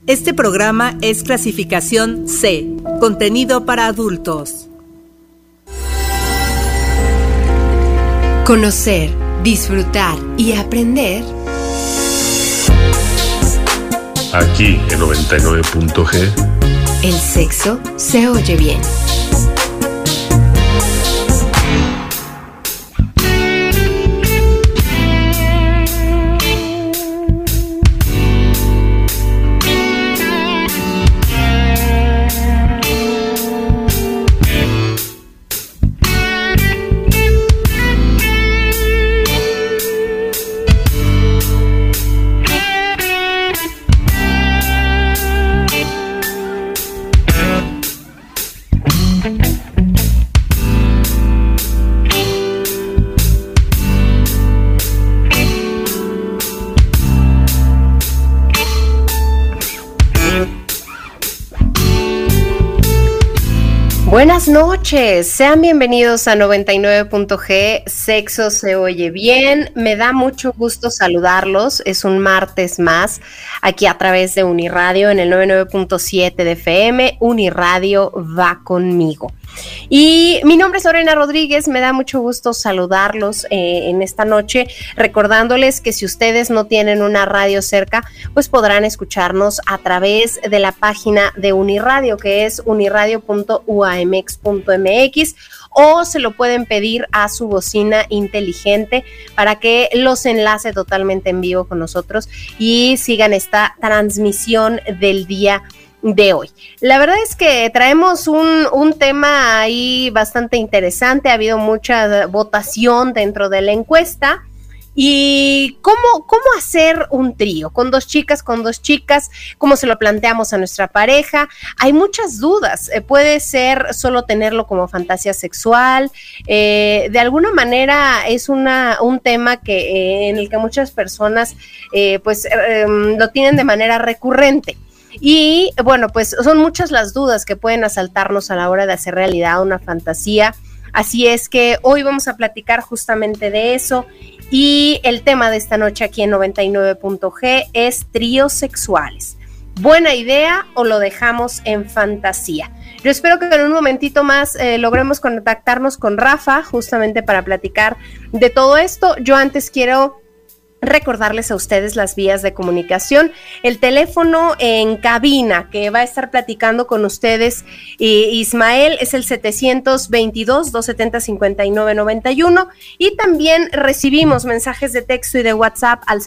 Este programa es clasificación C, contenido para adultos. Conocer, disfrutar y aprender. Aquí en 99.g. El sexo se oye bien. Buenas noches, sean bienvenidos a 99.g, Sexo se oye bien. Me da mucho gusto saludarlos, es un martes más aquí a través de Uniradio en el 99.7 de FM, Uniradio va conmigo. Y mi nombre es Lorena Rodríguez, me da mucho gusto saludarlos en esta noche, recordándoles que si ustedes no tienen una radio cerca, pues podrán escucharnos a través de la página de Uniradio, que es uniradio.uamx.mx, o se lo pueden pedir a su bocina inteligente para que los enlace totalmente en vivo con nosotros y sigan esta transmisión del día de hoy. La verdad es que traemos un tema ahí bastante interesante, ha habido mucha votación dentro de la encuesta. ¿Y cómo hacer un trío? Con dos chicas, ¿cómo se lo planteamos a nuestra pareja? Hay muchas dudas, puede ser solo tenerlo como fantasía sexual, de alguna manera es un tema que en el que muchas personas lo tienen de manera recurrente. Y bueno, pues son muchas las dudas que pueden asaltarnos a la hora de hacer realidad una fantasía, así es que hoy vamos a platicar justamente de eso. Y el tema de esta noche aquí en 99.g es tríos sexuales. ¿Buena idea o lo dejamos en fantasía? Yo espero que en un momentito más logremos contactarnos con Rafa justamente para platicar de todo esto. Yo antes quiero recordarles a ustedes las vías de comunicación, el teléfono en cabina que va a estar platicando con ustedes Ismael es el 722-270-5991 y también recibimos mensajes de texto y de WhatsApp al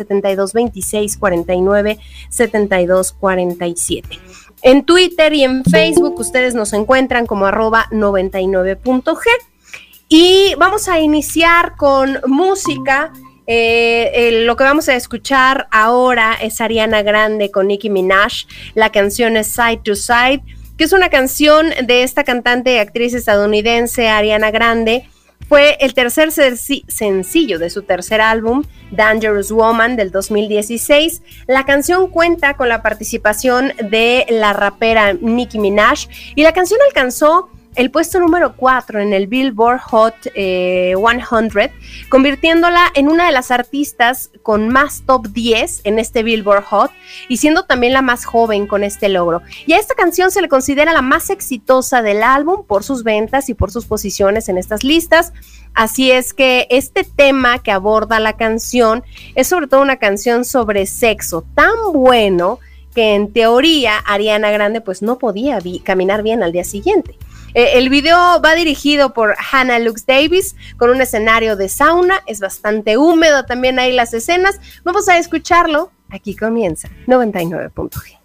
7226497247. En Twitter y en Facebook ustedes nos encuentran como @99.g y vamos a iniciar con música. Lo que vamos a escuchar ahora es Ariana Grande con Nicki Minaj. La canción es Side to Side, que es una canción de esta cantante y actriz estadounidense Ariana Grande. Fue el tercer sencillo de su tercer álbum, Dangerous Woman, del 2016. La canción cuenta con la participación de la rapera Nicki Minaj y la canción alcanzó el puesto número 4 en el Billboard Hot 100, convirtiéndola en una de las artistas con más top 10 en este Billboard Hot y siendo también la más joven con este logro. Y a esta canción se le considera la más exitosa del álbum por sus ventas y por sus posiciones en estas listas. Así es que este tema que aborda la canción es sobre todo una canción sobre sexo tan bueno que en teoría Ariana Grande pues no podía caminar bien al día siguiente. El video va dirigido por Hannah Lux Davis con un escenario de sauna, es bastante húmedo también ahí las escenas. Vamos a escucharlo, aquí comienza 99.g.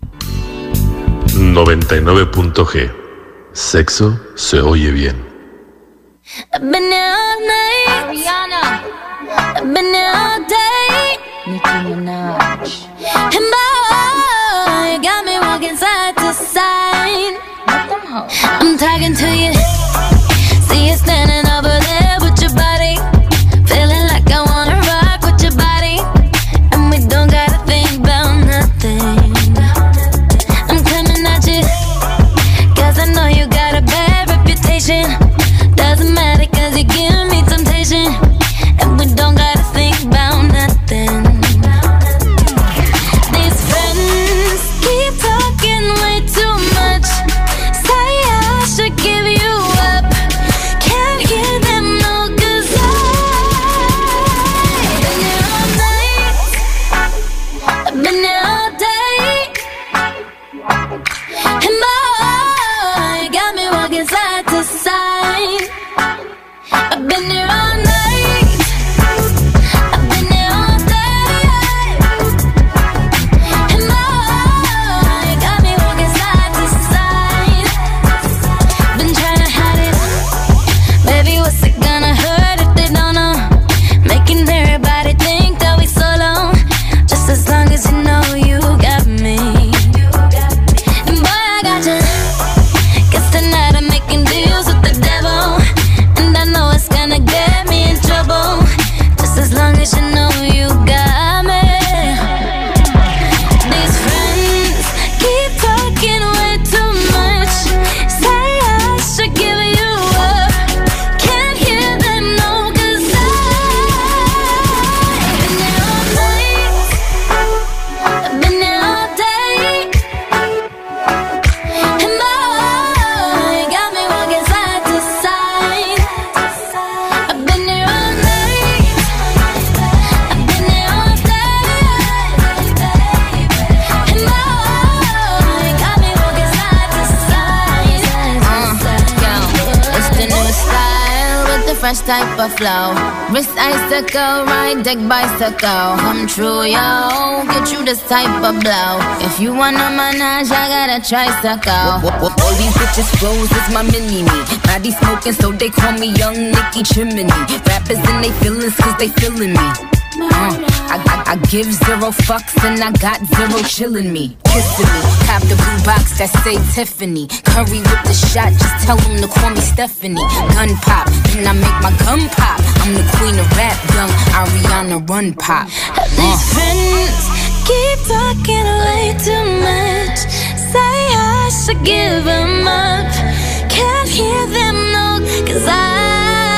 99.g, sexo se oye bien. I've been here all night, Ariana. I've been here all day, Nicki Minaj. And boy, you got me walking side to side. I'm talking to you. See you standing over there with your body, feeling like I wanna rock with your body, and we don't gotta think about nothing. I'm coming at you, 'cause I know you got a bad reputation. Doesn't matter 'cause you give me temptation, and we don't gotta think about nothing. These friends keep talking fresh type of flow. Wrist icicle, ride deck bicycle. Come true, yo. Get you this type of blow. If you wanna manage, I got a tricycle. All these bitches flows is my mini-me. Body smoking, so they call me Young Nicky Chimney. Rappers in they feelings, cause they feeling me. I give zero fucks and I got zero chillin' me. Kissing me, cop the blue box that say Tiffany. Curry with the shot, just tell them to call me Stephanie. Gun pop, then I make my gun pop. I'm the queen of rap, young Ariana Run Pop. These friends keep talking way too much. Say I should give them up. Can't hear them, no, cause I've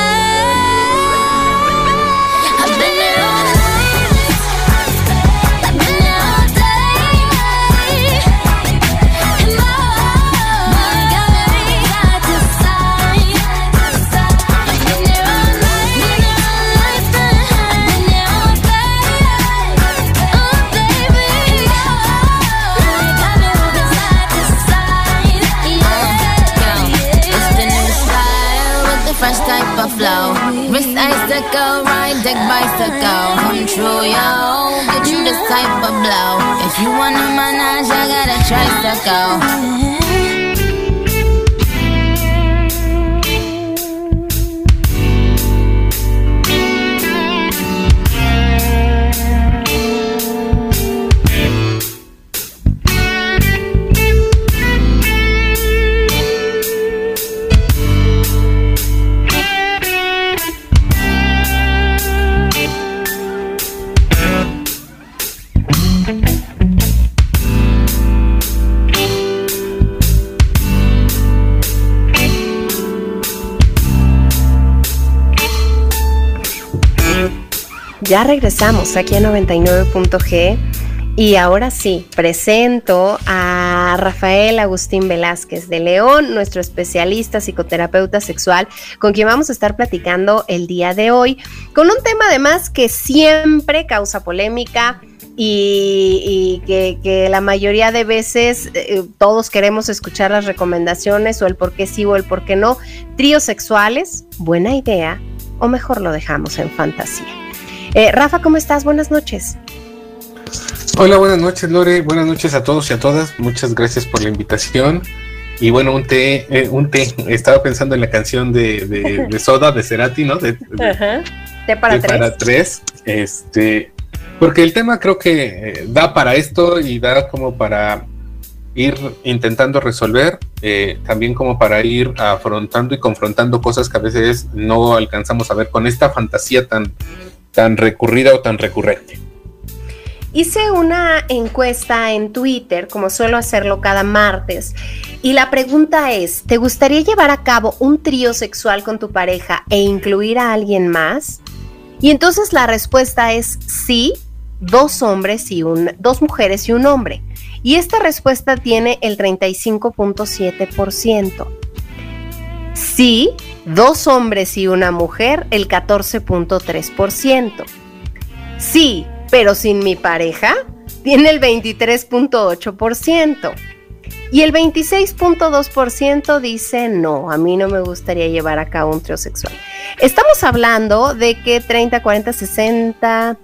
been there all night. I've been there all day. And boy, got me side to side. I've been there all night. I've been there all day. Oh baby, and boy, got me moving side to side. It's the new style with the fresh type of flow. Wrist icicle, ride deck bicycle. Come true, yo. Get you this type of blow. If you wanna manage, I got a tricycle. Ya regresamos aquí a 99.g y ahora sí, presento a Rafael Agustín Velázquez de León, nuestro especialista psicoterapeuta sexual, con quien vamos a estar platicando el día de hoy, con un tema además que siempre causa polémica y que la mayoría de veces todos queremos escuchar las recomendaciones o el por qué sí o el por qué no. Tríos sexuales, ¿buena idea o mejor lo dejamos en fantasía? Rafa, ¿cómo estás? Buenas noches. Hola, buenas noches, Lore. Buenas noches a todos y a todas. Muchas gracias por la invitación. Y bueno, un té. Estaba pensando en la canción de Soda, de Cerati, ¿no? Té para tres. Porque el tema creo que da para esto y da como para ir intentando resolver, también como para ir afrontando y confrontando cosas que a veces no alcanzamos a ver con esta fantasía tan recurrida o tan recurrente. Hice una encuesta en Twitter, como suelo hacerlo cada martes, y la pregunta es, ¿te gustaría llevar a cabo un trío sexual con tu pareja e incluir a alguien más? Y entonces la respuesta es sí, dos mujeres y un hombre. Y esta respuesta tiene el 35.7%. Sí, dos hombres y una mujer, el 14.3%. Sí, pero sin mi pareja, tiene el 23.8%. Y el 26.2% dice no, a mí no me gustaría llevar a cabo un trío sexual. Estamos hablando de que 30, 40, 60...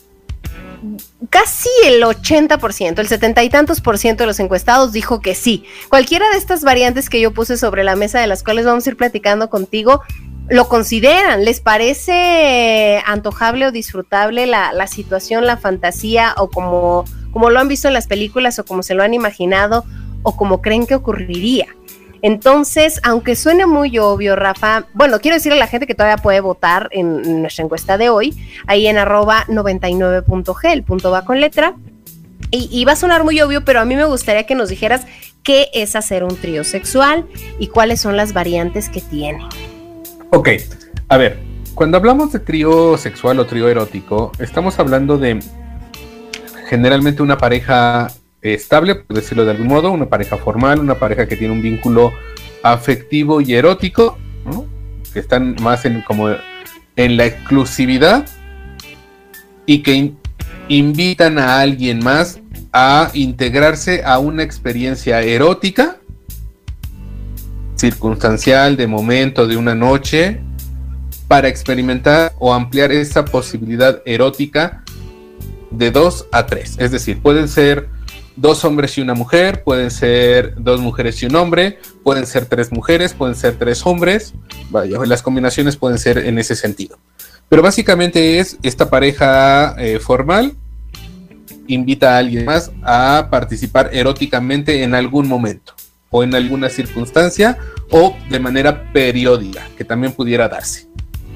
casi el 80%, el 70 y tantos % de los encuestados dijo que sí. Cualquiera de estas variantes que yo puse sobre la mesa, de las cuales vamos a ir platicando contigo, lo consideran. ¿Les parece antojable o disfrutable la situación, la fantasía, o como lo han visto en las películas, o como se lo han imaginado, o como creen que ocurriría? Entonces, aunque suene muy obvio, Rafa, bueno, quiero decirle a la gente que todavía puede votar en nuestra encuesta de hoy, ahí en @99.g, el punto va con letra, y va a sonar muy obvio, pero a mí me gustaría que nos dijeras qué es hacer un trío sexual y cuáles son las variantes que tiene. Ok, a ver, cuando hablamos de trío sexual o trío erótico, estamos hablando de generalmente una pareja estable, por decirlo de algún modo, una pareja formal, una pareja que tiene un vínculo afectivo y erótico, ¿no? Que están más en la exclusividad y que invitan a alguien más a integrarse a una experiencia erótica, circunstancial, de momento, de una noche, para experimentar o ampliar esa posibilidad erótica de 2 a 3. Es decir, pueden ser 2 hombres y una mujer, pueden ser 2 mujeres y un hombre, pueden ser 3 mujeres, pueden ser 3 hombres. Vaya, las combinaciones pueden ser en ese sentido. Pero básicamente es esta pareja formal invita a alguien más a participar eróticamente en algún momento o en alguna circunstancia o de manera periódica, que también pudiera darse.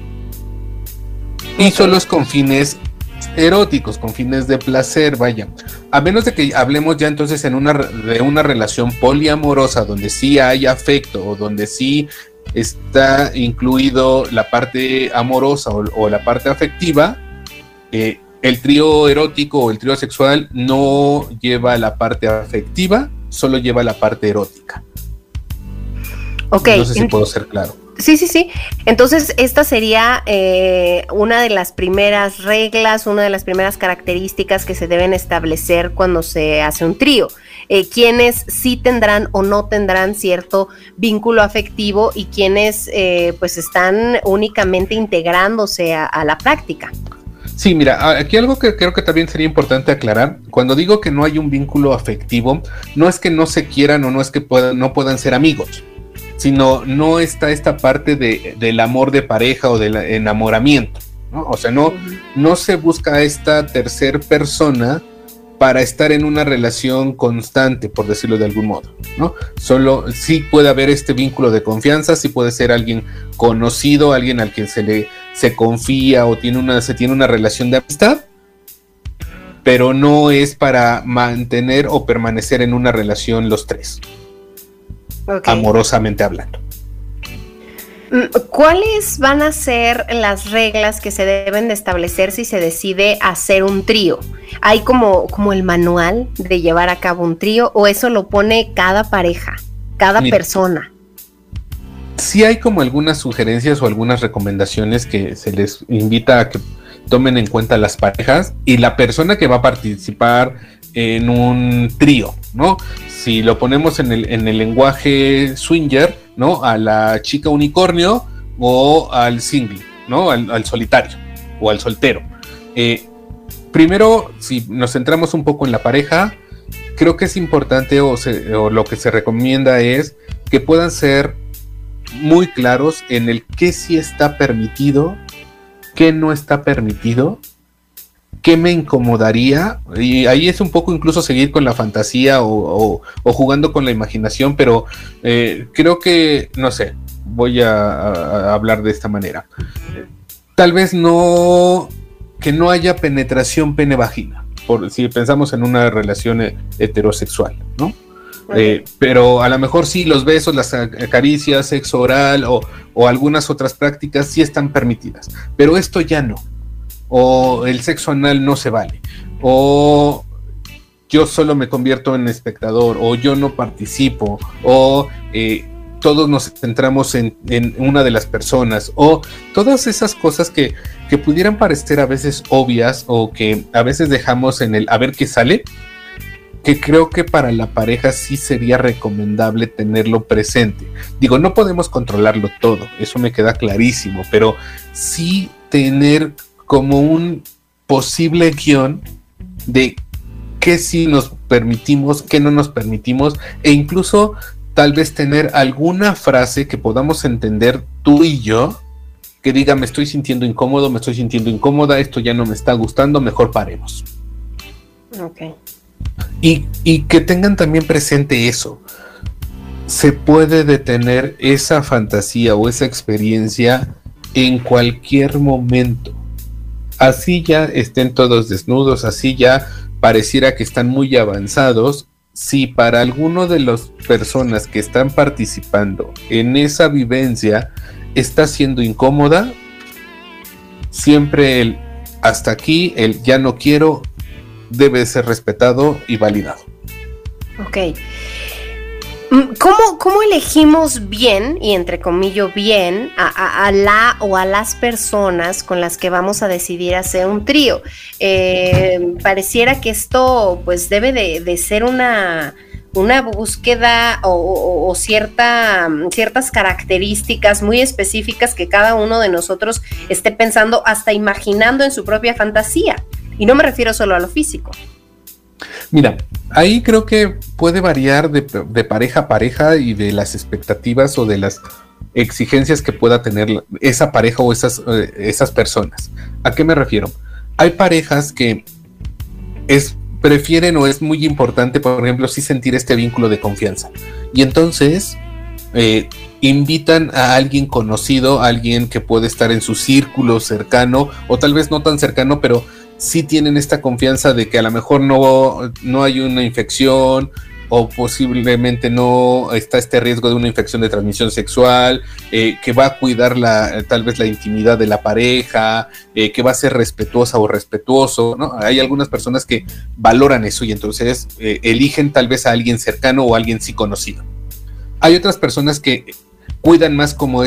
Y solo es con fines eróticos, con fines de placer, vaya. A menos de que hablemos ya entonces de una relación poliamorosa donde sí hay afecto o donde sí está incluido la parte amorosa o la parte afectiva, el trío erótico o el trío sexual no lleva la parte afectiva, solo lleva la parte erótica. Ok. No sé si puedo ser claro. Sí. Entonces, esta sería una de las primeras reglas, una de las primeras características que se deben establecer cuando se hace un trío. Quienes sí tendrán o no tendrán cierto vínculo afectivo y quienes pues están únicamente integrándose a la práctica. Sí, mira, aquí algo que creo que también sería importante aclarar. Cuando digo que no hay un vínculo afectivo, no es que no se quieran o no es que no puedan ser amigos, sino no está esta parte del amor de pareja o del enamoramiento, ¿no? O sea, no se busca esta tercer persona para estar en una relación constante, por decirlo de algún modo, ¿no? Solo sí puede haber este vínculo de confianza, sí puede ser alguien conocido, alguien al quien se confía o se tiene una relación de amistad, pero no es para mantener o permanecer en una relación los tres, amorosamente hablando. ¿Cuáles van a ser las reglas que se deben de establecer si se decide hacer un trío? ¿Hay como el manual de llevar a cabo un trío o eso lo pone cada pareja, cada persona? Sí hay como algunas sugerencias o algunas recomendaciones que se les invita a que tomen en cuenta las parejas y la persona que va a participar en un trío, ¿no? Si lo ponemos en el lenguaje swinger, ¿no? A la chica unicornio o al single, ¿no? Al solitario o al soltero. Primero, si nos centramos un poco en la pareja, creo que es importante o lo que se recomienda es que puedan ser muy claros en el qué sí está permitido, qué no está permitido, qué me incomodaría, y ahí es un poco incluso seguir con la fantasía o jugando con la imaginación, pero creo que, no sé, voy a hablar de esta manera. Tal vez que no haya penetración pene-vagina, si pensamos en una relación heterosexual, ¿no? Pero a lo mejor sí, los besos, las caricias, sexo oral o algunas otras prácticas sí están permitidas, pero esto ya no. O el sexo anal no se vale, o yo solo me convierto en espectador, o yo no participo, o todos nos centramos en una de las personas, o todas esas cosas que pudieran parecer a veces obvias o que a veces dejamos en el a ver qué sale, que creo que para la pareja sí sería recomendable tenerlo presente. Digo, no podemos controlarlo todo, eso me queda clarísimo, pero sí tener como un posible guión de qué sí nos permitimos, qué no nos permitimos, e incluso tal vez tener alguna frase que podamos entender tú y yo, que diga me estoy sintiendo incómodo, me estoy sintiendo incómoda, esto ya no me está gustando, mejor paremos. Ok. Y que tengan también presente eso. Se puede detener esa fantasía o esa experiencia en cualquier momento. Así ya estén todos desnudos, así ya pareciera que están muy avanzados. Si para alguno de las personas que están participando en esa vivencia está siendo incómoda, siempre el hasta aquí, el ya no quiero, debe ser respetado y validado. Ok. ¿Cómo elegimos bien, y entre comillas bien, a la o a las personas con las que vamos a decidir hacer un trío? Pareciera que esto pues debe de ser una una búsqueda o ciertas características muy específicas que cada uno de nosotros esté pensando, hasta imaginando en su propia fantasía. Y no me refiero solo a lo físico. Mira, ahí creo que puede variar de pareja a pareja y de las expectativas o de las exigencias que pueda tener esa pareja o esas personas. ¿A qué me refiero? Hay parejas que prefieren o es muy importante, por ejemplo, sí sentir este vínculo de confianza. Y entonces invitan a alguien conocido, a alguien que puede estar en su círculo cercano, o tal vez no tan cercano, pero sí tienen esta confianza de que a lo mejor no hay una infección, o posiblemente no está este riesgo de una infección de transmisión sexual, que va a cuidar tal vez la intimidad de la pareja, que va a ser respetuosa o respetuoso, ¿no? Hay algunas personas que valoran eso y entonces eligen tal vez a alguien cercano o a alguien sí conocido. Hay otras personas que cuidan más como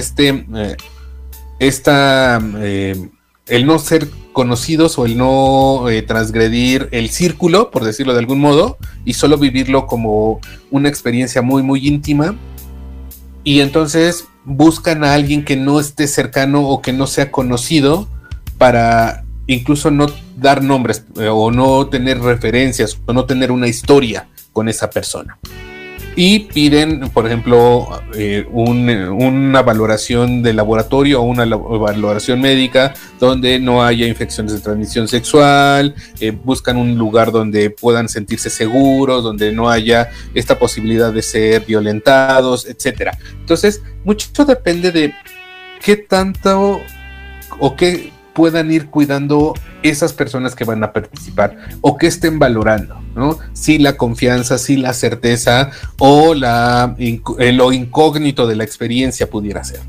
el no ser conocidos o el no transgredir el círculo, por decirlo de algún modo, y solo vivirlo como una experiencia muy, muy íntima. Y entonces buscan a alguien que no esté cercano o que no sea conocido para incluso no dar nombres o no tener referencias o no tener una historia con esa persona. Y piden, por ejemplo, una valoración de laboratorio o una valoración médica donde no haya infecciones de transmisión sexual, buscan un lugar donde puedan sentirse seguros, donde no haya esta posibilidad de ser violentados, etc. Entonces, mucho depende de qué tanto o qué puedan ir cuidando esas personas que van a participar o que estén valorando, ¿no? Si la confianza, si la certeza o lo incógnito de la experiencia pudiera ser.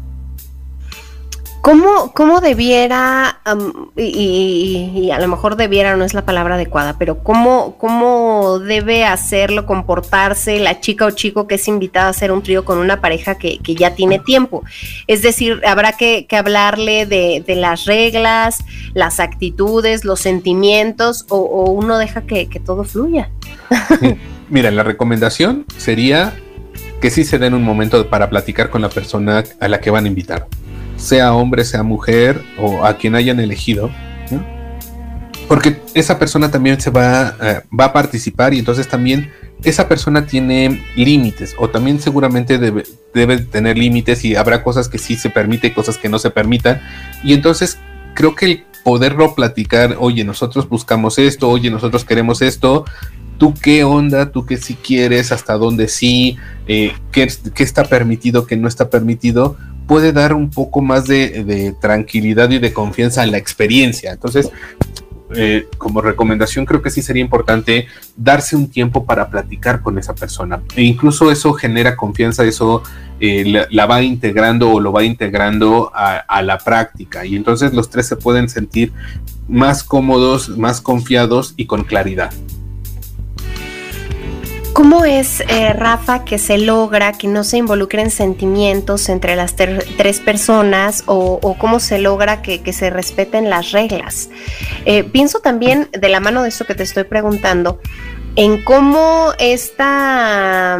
¿Cómo debiera, y a lo mejor debiera no es la palabra adecuada, pero cómo debe hacerlo, comportarse la chica o chico que es invitada a hacer un trío con una pareja que ya tiene tiempo? Es decir, habrá que hablarle de las reglas, las actitudes, los sentimientos, o uno deja que todo fluya. Mira, la recomendación sería que sí se den un momento para platicar con la persona a la que van a invitar, sea hombre, sea mujer o a quien hayan elegido, ¿no? Porque esa persona también va a participar y entonces también esa persona tiene límites o también seguramente debe tener límites y habrá cosas que sí se permiten, cosas que no se permitan, y entonces creo que el poderlo platicar, oye, nosotros buscamos esto, oye, nosotros queremos esto, ¿tú qué onda? ¿Tú qué sí quieres? ¿Hasta dónde sí? ¿Qué está permitido? ¿Qué no está permitido? Puede dar un poco más de tranquilidad y de confianza a la experiencia. Entonces, como recomendación, creo que sí sería importante darse un tiempo para platicar con esa persona. E incluso eso genera confianza, eso la va integrando o lo va integrando a la práctica. Y entonces los tres se pueden sentir más cómodos, más confiados y con claridad. ¿Cómo es, Rafa, que se logra que no se involucren sentimientos entre las tres personas o cómo se logra que se respeten las reglas? Pienso también, de la mano de eso que te estoy preguntando, en cómo a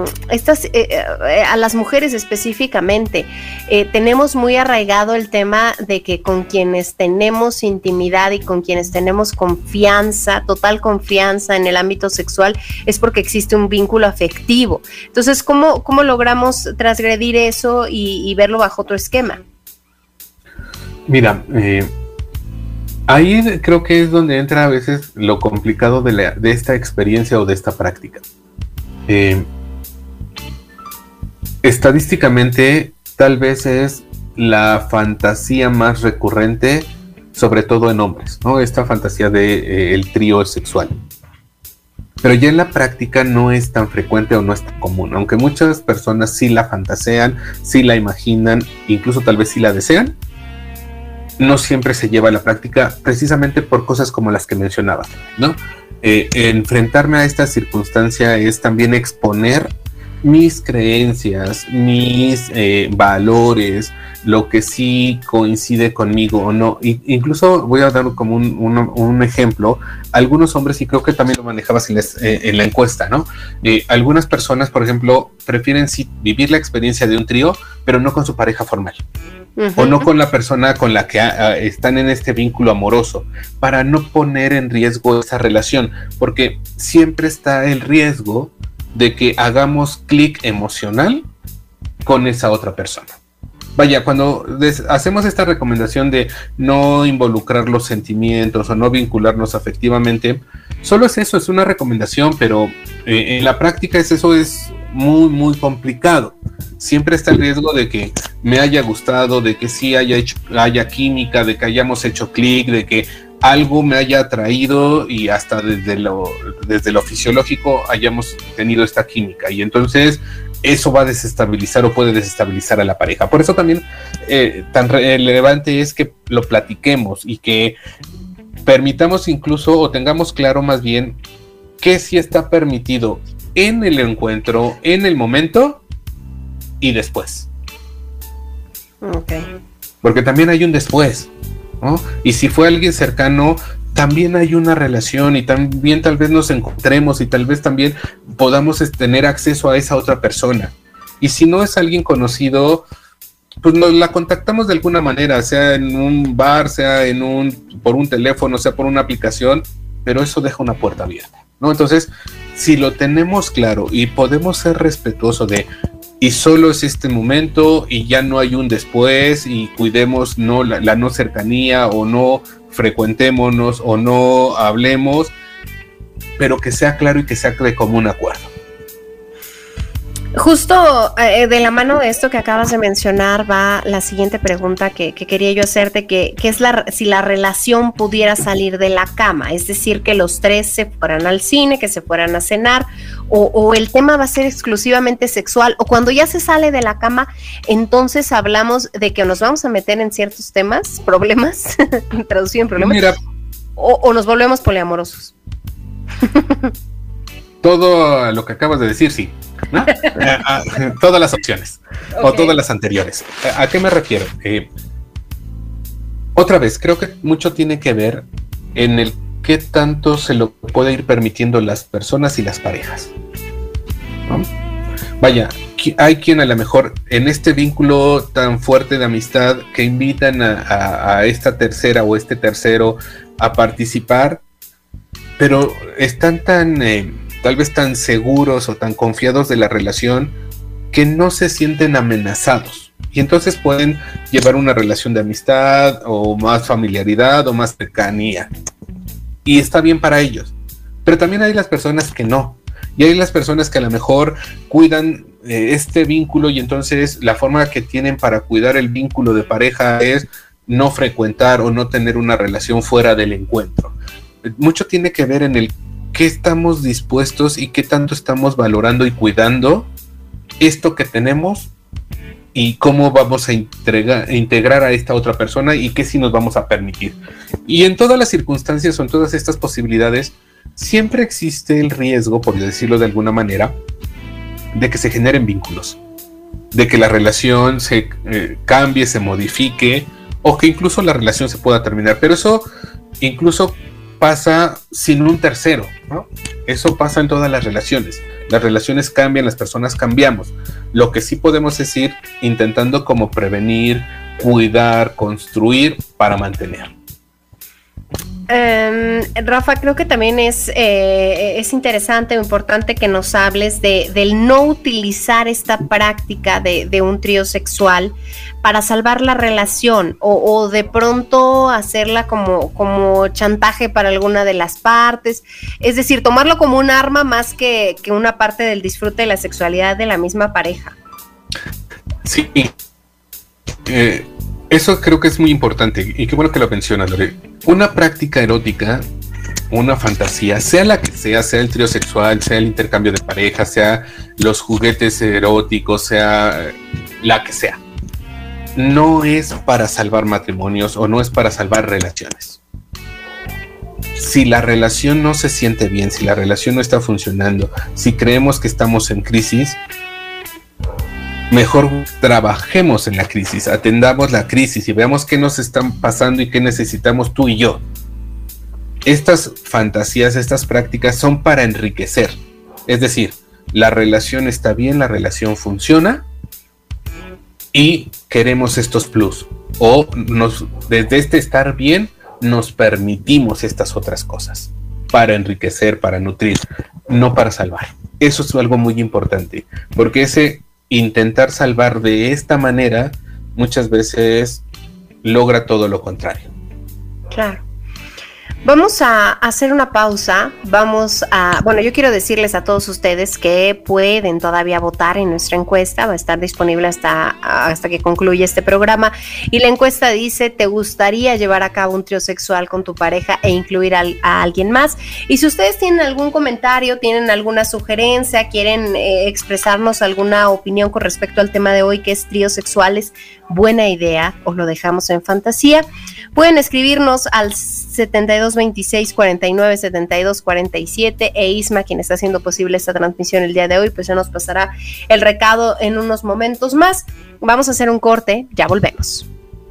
las mujeres específicamente, tenemos muy arraigado el tema de que con quienes tenemos intimidad y con quienes tenemos confianza, total confianza en el ámbito sexual, es porque existe un vínculo afectivo. Entonces, ¿cómo logramos transgredir eso y verlo bajo otro esquema? Mira, ahí creo que es donde entra a veces lo complicado de esta experiencia o de esta práctica. Estadísticamente, tal vez es la fantasía más recurrente, sobre todo en hombres, ¿no? Esta fantasía de el trío sexual. Pero ya en la práctica no es tan frecuente o no es tan común, aunque muchas personas sí la fantasean, sí la imaginan, incluso tal vez sí la desean. No siempre se lleva a la práctica precisamente por cosas como las que mencionaba, ¿no? Enfrentarme a esta circunstancia es también exponer mis creencias, mis valores, lo que sí coincide conmigo o no. Incluso voy a dar como un ejemplo. Algunos hombres, y creo que también lo manejabas en la encuesta, ¿no? Algunas personas, por ejemplo, prefieren sí vivir la experiencia de un trío, pero no con su pareja formal. O no con la persona con la que están en este vínculo amoroso, para no poner en riesgo esa relación, porque siempre está el riesgo de que hagamos clic emocional con esa otra persona. Vaya, cuando hacemos esta recomendación de no involucrar los sentimientos o no vincularnos afectivamente, solo es eso, es una recomendación, pero en la práctica eso es muy, muy complicado. Siempre está el riesgo de que me haya gustado, de que sí haya química, de que hayamos hecho clic, de que algo me haya atraído y hasta desde lo fisiológico hayamos tenido esta química. Y entonces eso va a desestabilizar o puede desestabilizar a la pareja. Por eso también tan relevante es que lo platiquemos y que permitamos incluso, o tengamos claro más bien, que sí está permitido en el encuentro, en el momento y después. Okay. Porque también hay un después, ¿no? Y si fue alguien cercano, también hay una relación y también tal vez nos encontremos y tal vez también podamos tener acceso a esa otra persona. Y si no es alguien conocido, pues nos la contactamos de alguna manera, sea en un bar, sea por un teléfono, sea por una aplicación, pero eso deja una puerta abierta, ¿no? Entonces, si lo tenemos claro y podemos ser respetuosos y solo es este momento y ya no hay un después y cuidemos la no cercanía o no frecuentémonos o no hablemos, pero que sea claro y que sea de común acuerdo. Justo de la mano de esto que acabas de mencionar va la siguiente pregunta que quería yo hacerte, que es si la relación pudiera salir de la cama, es decir, que los tres se fueran al cine, que se fueran a cenar, o el tema va a ser exclusivamente sexual, o cuando ya se sale de la cama, entonces hablamos de que nos vamos a meter en ciertos temas, problemas, traducido en problemas, mira, o nos volvemos poliamorosos. Todo lo que acabas de decir, sí, ¿no? Todas las opciones, okay, o todas las anteriores. ¿A qué me refiero? Otra vez, creo que mucho tiene que ver en el qué tanto se lo puede ir permitiendo las personas y las parejas, ¿no? Vaya, hay quien a lo mejor en este vínculo tan fuerte de amistad que invitan a esta tercera o este tercero a participar, pero están tal vez tan seguros o tan confiados de la relación que no se sienten amenazados y entonces pueden llevar una relación de amistad o más familiaridad o más cercanía y está bien para ellos, pero también hay las personas que no, y hay las personas que a lo mejor cuidan este vínculo y entonces la forma que tienen para cuidar el vínculo de pareja es no frecuentar o no tener una relación fuera del encuentro. Mucho tiene que ver en el qué estamos dispuestos y qué tanto estamos valorando y cuidando esto que tenemos y cómo vamos a integrar a esta otra persona y qué sí nos vamos a permitir. Y en todas las circunstancias o en todas estas posibilidades siempre existe el riesgo, por decirlo de alguna manera, de que se generen vínculos, de que la relación se cambie, se modifique o que incluso la relación se pueda terminar, pero eso incluso pasa sin un tercero, ¿no? Eso pasa en todas las relaciones cambian, las personas cambiamos. Lo que sí podemos decir, intentando como prevenir, cuidar, construir para mantener. Rafa, creo que también es interesante o importante que nos hables del no utilizar esta práctica de un trío sexual para salvar la relación o de pronto hacerla como chantaje para alguna de las partes, es decir, tomarlo como un arma más que una parte del disfrute de la sexualidad de la misma pareja. Sí, eso creo que es muy importante y qué bueno que lo mencionas, Lore. Una práctica erótica, una fantasía, sea la que sea el trío sexual, sea el intercambio de pareja, sea los juguetes eróticos, sea la que sea, no es para salvar matrimonios o no es para salvar relaciones. Si la relación no se siente bien, si la relación no está funcionando, si creemos que estamos en crisis, mejor trabajemos en la crisis, atendamos la crisis y veamos qué nos está pasando y qué necesitamos tú y yo. Estas fantasías, estas prácticas son para enriquecer. Es decir, la relación está bien, la relación funciona y queremos estos plus. O desde este estar bien nos permitimos estas otras cosas para enriquecer, para nutrir, no para salvar. Eso es algo muy importante, porque ese intentar salvar de esta manera muchas veces logra todo lo contrario. Claro. Vamos a hacer una pausa, yo quiero decirles a todos ustedes que pueden todavía votar en nuestra encuesta, va a estar disponible hasta que concluya este programa, y la encuesta dice: ¿te gustaría llevar a cabo un trío sexual con tu pareja e incluir a alguien más? Y si ustedes tienen algún comentario, tienen alguna sugerencia, quieren expresarnos alguna opinión con respecto al tema de hoy, que es tríos sexuales, buena idea, os lo dejamos en fantasía, pueden escribirnos al 7226-497247, e Isma, quien está haciendo posible esta transmisión el día de hoy, pues ya nos pasará el recado en unos momentos más. Vamos a hacer un corte, ya volvemos.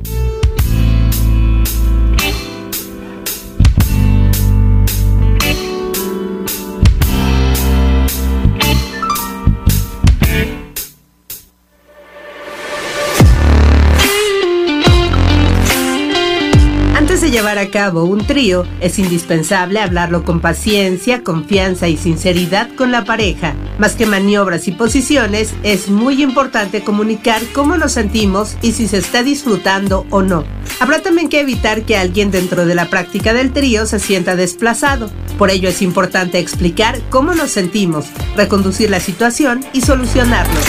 Llevar a cabo un trío, es indispensable hablarlo con paciencia, confianza y sinceridad con la pareja. Más que maniobras y posiciones, es muy importante comunicar cómo nos sentimos y si se está disfrutando o no. Habrá también que evitar que alguien dentro de la práctica del trío se sienta desplazado. Por ello es importante explicar cómo nos sentimos, reconducir la situación y solucionarlo.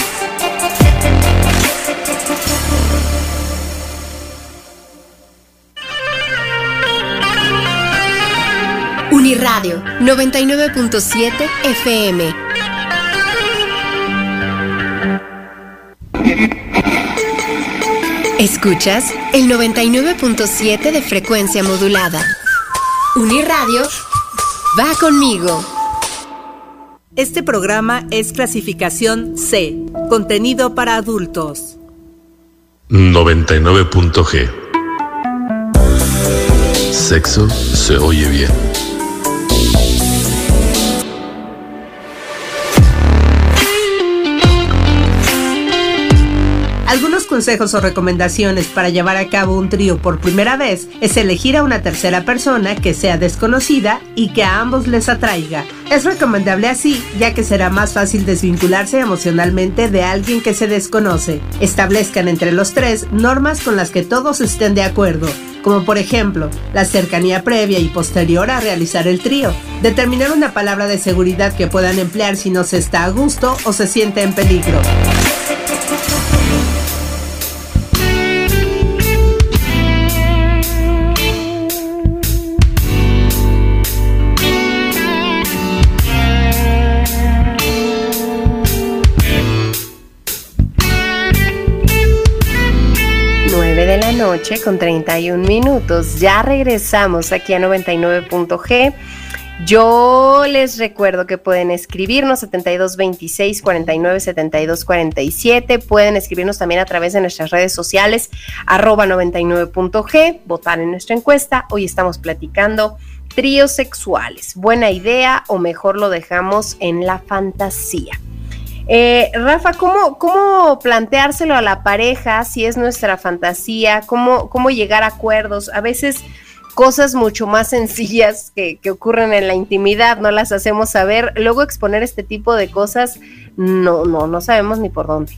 Uniradio 99.7 FM. Escuchas el 99.7 de frecuencia modulada. Uniradio va conmigo. Este programa es clasificación C, contenido para adultos. 99.G. Sexo se oye bien. Algunos consejos o recomendaciones para llevar a cabo un trío por primera vez es elegir a una tercera persona que sea desconocida y que a ambos les atraiga. Es recomendable así, ya que será más fácil desvincularse emocionalmente de alguien que se desconoce. Establezcan entre los tres normas con las que todos estén de acuerdo, como por ejemplo, la cercanía previa y posterior a realizar el trío. Determinar una palabra de seguridad que puedan emplear si no se está a gusto o se siente en peligro. Noche con 31 minutos. Ya regresamos aquí a 99.G. Yo les recuerdo que pueden escribirnos 7226-497247. Pueden escribirnos también a través de nuestras redes sociales @99.G, votar en nuestra encuesta. Hoy estamos platicando tríos sexuales. ¿Buena idea o mejor lo dejamos en la fantasía? Rafa, ¿cómo planteárselo a la pareja si es nuestra fantasía? ¿Cómo llegar a acuerdos? A veces cosas mucho más sencillas que ocurren en la intimidad no las hacemos saber. Luego exponer este tipo de cosas no sabemos ni por dónde.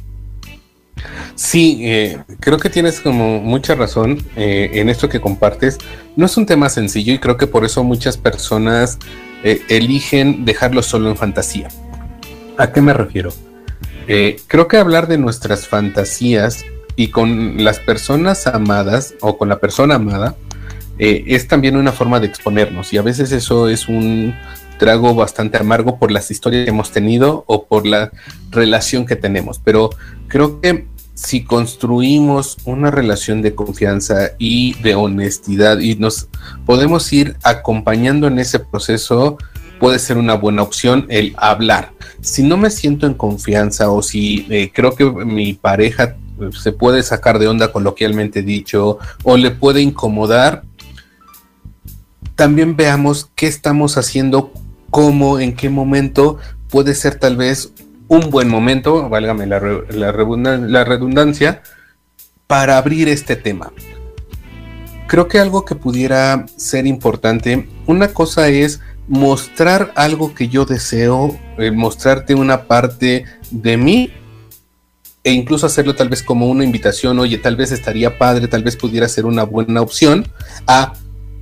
Sí, creo que tienes como mucha razón en esto que compartes. No es un tema sencillo y creo que por eso muchas personas eligen dejarlo solo en fantasía. ¿A qué me refiero? Creo que hablar de nuestras fantasías y con las personas amadas o con la persona amada es también una forma de exponernos, y a veces eso es un trago bastante amargo por las historias que hemos tenido o por la relación que tenemos. Pero creo que si construimos una relación de confianza y de honestidad y nos podemos ir acompañando en ese proceso, puede ser una buena opción el hablar. Si no me siento en confianza o si creo que mi pareja se puede sacar de onda, coloquialmente dicho, o le puede incomodar, también veamos qué estamos haciendo, cómo, en qué momento puede ser tal vez un buen momento, válgame la redundancia, para abrir este tema. Creo que algo que pudiera ser importante, una cosa es mostrar algo que yo deseo, mostrarte una parte de mí, e incluso hacerlo tal vez como una invitación, oye, tal vez estaría padre, tal vez pudiera ser una buena opción, a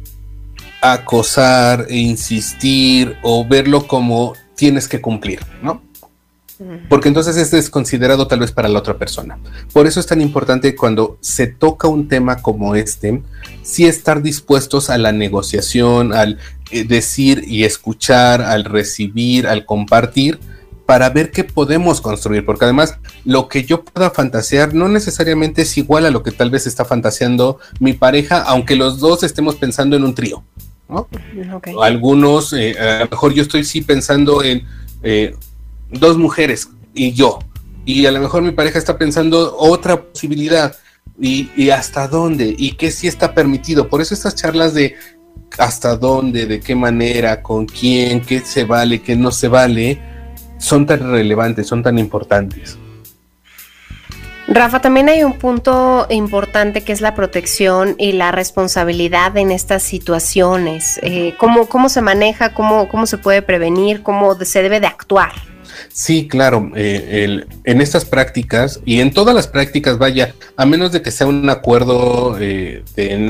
acosar e insistir o verlo como tienes que cumplir, ¿no? Porque entonces este es considerado tal vez para la otra persona. Por eso es tan importante cuando se toca un tema como este, sí estar dispuestos a la negociación, al decir y escuchar, al recibir, al compartir, para ver qué podemos construir, porque además lo que yo pueda fantasear no necesariamente es igual a lo que tal vez está fantaseando mi pareja, aunque los dos estemos pensando en un trío, ¿no? Okay. Algunos, a lo mejor yo estoy sí pensando en 2 mujeres y yo, y a lo mejor mi pareja está pensando otra posibilidad, y hasta dónde, y qué sí está permitido. Por eso estas charlas de hasta dónde, de qué manera, con quién, qué se vale, qué no se vale, son tan relevantes, son tan importantes. Rafa, también hay un punto importante que es la protección y la responsabilidad en estas situaciones. ¿Cómo se maneja? ¿Cómo se puede prevenir? ¿Cómo se debe de actuar? Sí, claro, en estas prácticas y en todas las prácticas, vaya, a menos de que sea un acuerdo de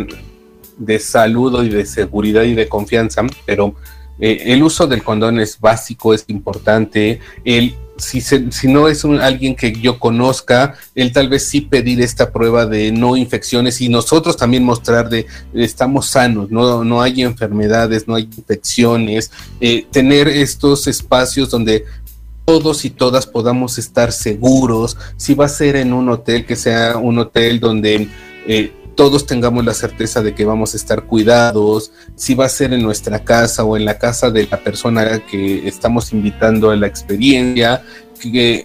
salud y de seguridad y de confianza, pero el uso del condón es básico, es importante. Si no es alguien que yo conozca, él tal vez sí pedir esta prueba de no infecciones y nosotros también mostrar de estamos sanos, no hay enfermedades, no hay infecciones, tener estos espacios donde todos y todas podamos estar seguros. Si va a ser en un hotel, que sea un hotel donde todos tengamos la certeza de que vamos a estar cuidados. Si va a ser en nuestra casa o en la casa de la persona que estamos invitando a la experiencia, que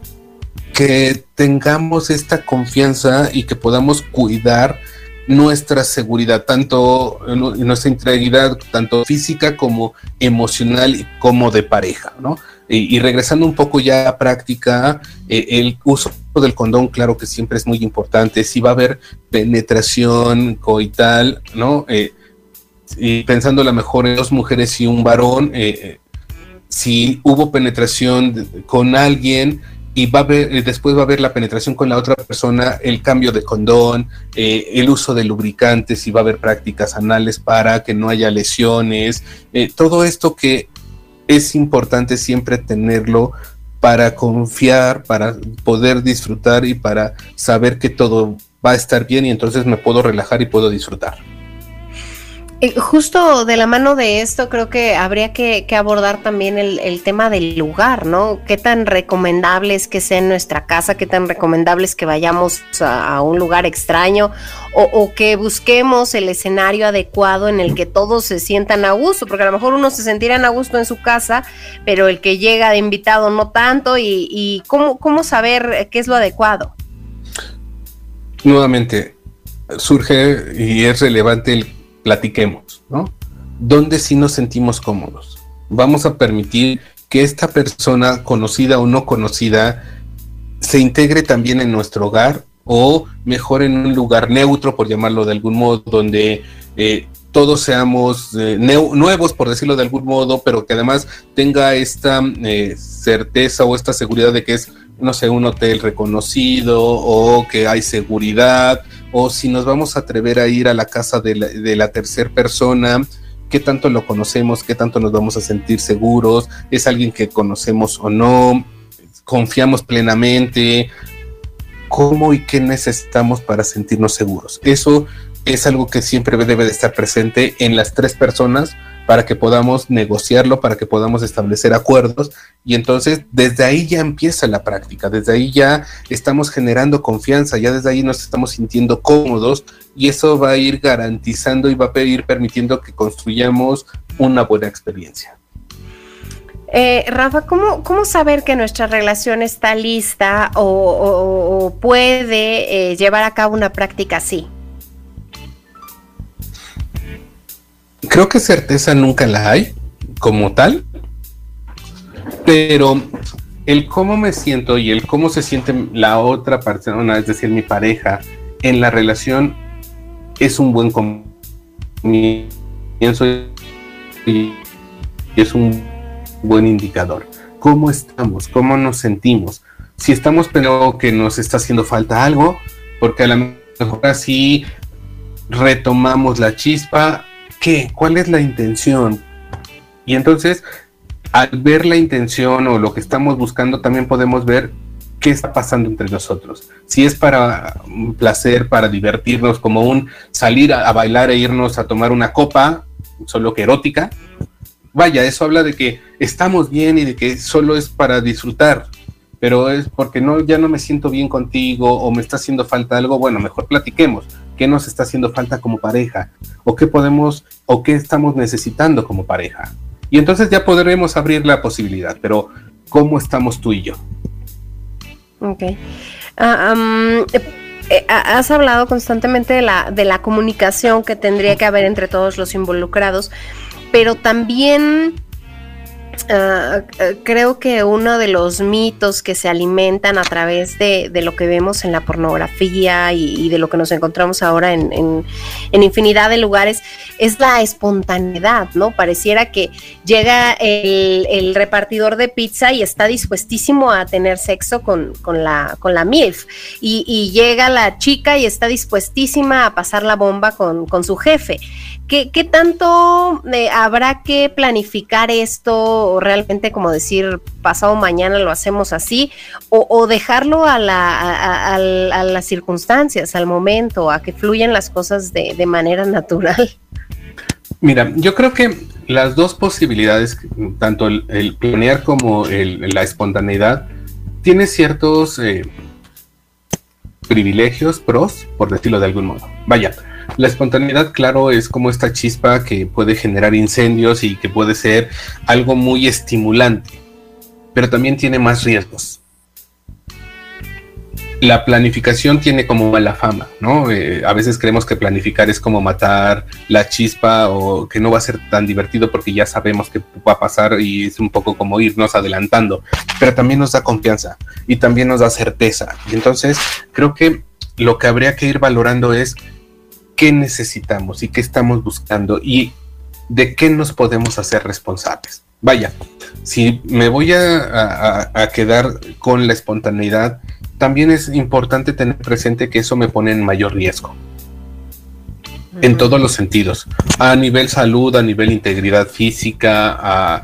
tengamos esta confianza y que podamos cuidar nuestra seguridad, tanto nuestra integridad, tanto física como emocional y como de pareja, ¿no? Y regresando un poco ya a práctica, el uso del condón, claro que siempre es muy importante. Si va a haber penetración coital, ¿no? Y pensando a lo mejor en 2 mujeres y un varón, si hubo penetración con alguien y después va a haber la penetración con la otra persona, el cambio de condón, el uso de lubricantes, si va a haber prácticas anales para que no haya lesiones, todo esto que es importante siempre tenerlo para confiar, para poder disfrutar y para saber que todo va a estar bien y entonces me puedo relajar y puedo disfrutar. Justo de la mano de esto creo que habría que abordar también el tema del lugar, ¿no? ¿Qué tan recomendable es que sea en nuestra casa? ¿Qué tan recomendable es que vayamos a un lugar extraño? O que busquemos el escenario adecuado en el que todos se sientan a gusto, porque a lo mejor unos se sentirán a gusto en su casa, pero el que llega de invitado no tanto, y ¿cómo saber qué es lo adecuado? Nuevamente, surge y es relevante el platiquemos, ¿no? ¿Dónde sí nos sentimos cómodos? Vamos a permitir que esta persona, conocida o no conocida, se integre también en nuestro hogar, o mejor en un lugar neutro, por llamarlo de algún modo, donde todos seamos nuevos, por decirlo de algún modo, pero que además tenga esta certeza o esta seguridad de que es, no sé, un hotel reconocido, o que hay seguridad, o si nos vamos a atrever a ir a la casa de la tercera persona, qué tanto lo conocemos, qué tanto nos vamos a sentir seguros, es alguien que conocemos o no, confiamos plenamente, cómo y qué necesitamos para sentirnos seguros. Eso es algo que siempre debe de estar presente en las 3 personas para que podamos negociarlo, para que podamos establecer acuerdos, y entonces desde ahí ya empieza la práctica, desde ahí ya estamos generando confianza, ya desde ahí nos estamos sintiendo cómodos, y eso va a ir garantizando y va a ir permitiendo que construyamos una buena experiencia. Rafa, ¿cómo saber que nuestra relación está lista o puede llevar a cabo una práctica así? Creo que certeza nunca la hay como tal, pero el cómo me siento y el cómo se siente la otra persona, es decir, mi pareja, en la relación es un buen comienzo y es un buen indicador. ¿Cómo estamos? ¿Cómo nos sentimos? Si estamos pensando que nos está haciendo falta algo, porque a lo mejor así retomamos la chispa, ¿qué? ¿Cuál es la intención? Y entonces, al ver la intención o lo que estamos buscando, también podemos ver qué está pasando entre nosotros. Si es para un placer, para divertirnos, como un salir a bailar e irnos a tomar una copa, solo que erótica, vaya, eso habla de que estamos bien y de que solo es para disfrutar, pero es porque ya no me siento bien contigo o me está haciendo falta algo. Bueno, mejor platiquemos. ¿Qué nos está haciendo falta como pareja? ¿O qué estamos necesitando como pareja? Y entonces ya podremos abrir la posibilidad, pero ¿cómo estamos tú y yo? Ok. Has hablado constantemente de la comunicación que tendría que haber entre todos los involucrados, pero también creo que uno de los mitos que se alimentan a través de lo que vemos en la pornografía y de lo que nos encontramos ahora en infinidad de lugares es la espontaneidad, ¿no? Pareciera que llega el repartidor de pizza y está dispuestísimo a tener sexo con la MILF y llega la chica y está dispuestísima a pasar la bomba con su jefe. ¿Qué tanto habrá que planificar esto o realmente como decir pasado mañana lo hacemos así o dejarlo a las circunstancias, al momento, a que fluyan las cosas de manera natural? Mira, yo creo que las dos posibilidades, tanto el planear como la espontaneidad, tiene ciertos privilegios, pros, por decirlo de algún modo. Vaya, la espontaneidad, claro, es como esta chispa que puede generar incendios y que puede ser algo muy estimulante, pero también tiene más riesgos. La planificación tiene como mala fama, ¿no? A veces creemos que planificar es como matar la chispa o que no va a ser tan divertido porque ya sabemos que va a pasar y es un poco como irnos adelantando, pero también nos da confianza y también nos da certeza. Y entonces creo que lo que habría que ir valorando es qué necesitamos y qué estamos buscando y de qué nos podemos hacer responsables. Vaya, si me voy a quedar con la espontaneidad, también es importante tener presente que eso me pone en mayor riesgo. En todos los sentidos. A nivel salud, a nivel integridad física,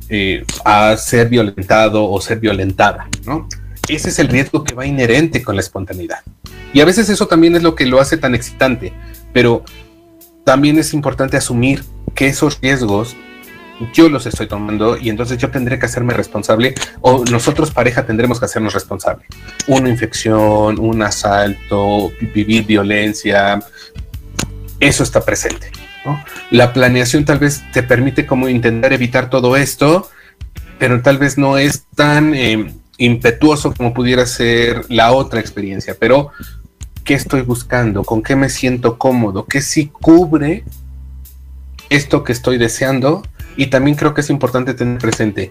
a ser violentado o ser violentada, ¿no? Ese es el riesgo que va inherente con la espontaneidad. Y a veces eso también es lo que lo hace tan excitante, pero también es importante asumir que esos riesgos yo los estoy tomando y entonces yo tendré que hacerme responsable o nosotros pareja tendremos que hacernos responsable. Una infección, un asalto, vivir violencia, eso está presente, ¿no? La planeación tal vez te permite como intentar evitar todo esto, pero tal vez no es tan impetuoso como pudiera ser la otra experiencia, pero ¿qué estoy buscando? ¿Con qué me siento cómodo? ¿Qué sí cubre esto que estoy deseando? Y también creo que es importante tener presente,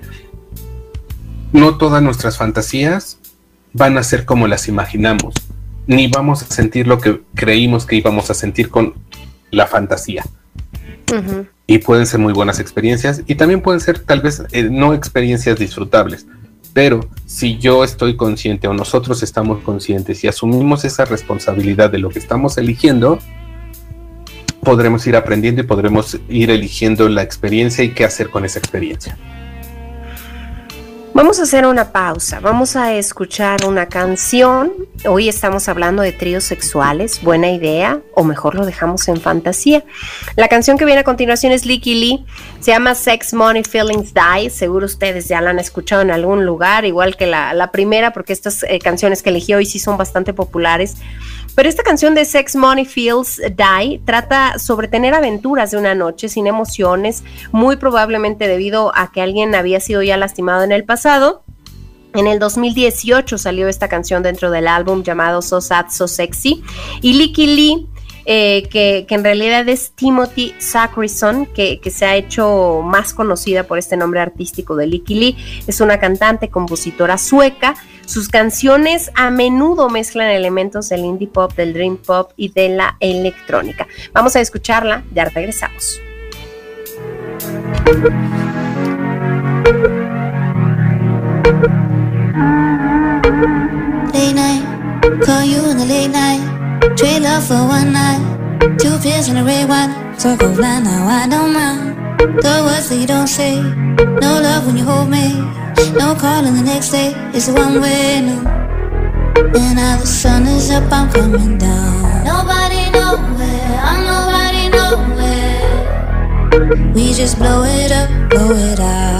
no todas nuestras fantasías van a ser como las imaginamos, ni vamos a sentir lo que creímos que íbamos a sentir con la fantasía. Uh-huh. Y pueden ser muy buenas experiencias y también pueden ser tal vez no experiencias disfrutables. Pero si yo estoy consciente o nosotros estamos conscientes y asumimos esa responsabilidad de lo que estamos eligiendo, podremos ir aprendiendo y podremos ir eligiendo la experiencia y qué hacer con esa experiencia. Vamos a hacer una pausa, vamos a escuchar una canción hoy estamos hablando de tríos sexuales, buena idea, o mejor lo dejamos en fantasía. La canción que viene a continuación es Licky Lee, se llama Sex, Money, Feelings, Die, seguro ustedes ya la han escuchado en algún lugar, igual que la primera, porque estas canciones que elegí hoy sí son bastante populares. Pero esta canción de Sex, Money, Feels, Die trata sobre tener aventuras de una noche sin emociones, muy probablemente debido a que alguien había sido ya lastimado en el pasado. En el 2018 salió esta canción dentro del álbum llamado So Sad, So Sexy. Y Licky Lee, que en realidad es Timothy Zachrisson, que se ha hecho más conocida por este nombre artístico de Licky Lee, es una cantante, compositora sueca. Sus canciones a menudo mezclan elementos del indie pop, del dream pop y de la electrónica. Vamos a escucharla, ya regresamos. Late night, call you in the late night. Trade love for one night. 2 pills and a red wine. So go fly now, I don't mind. The words that you don't say. No love when you hold me. No calling the next day. It's a one way, no. And now the sun is up, I'm coming down. Nobody nowhere, I'm nobody nowhere. We just blow it up, blow it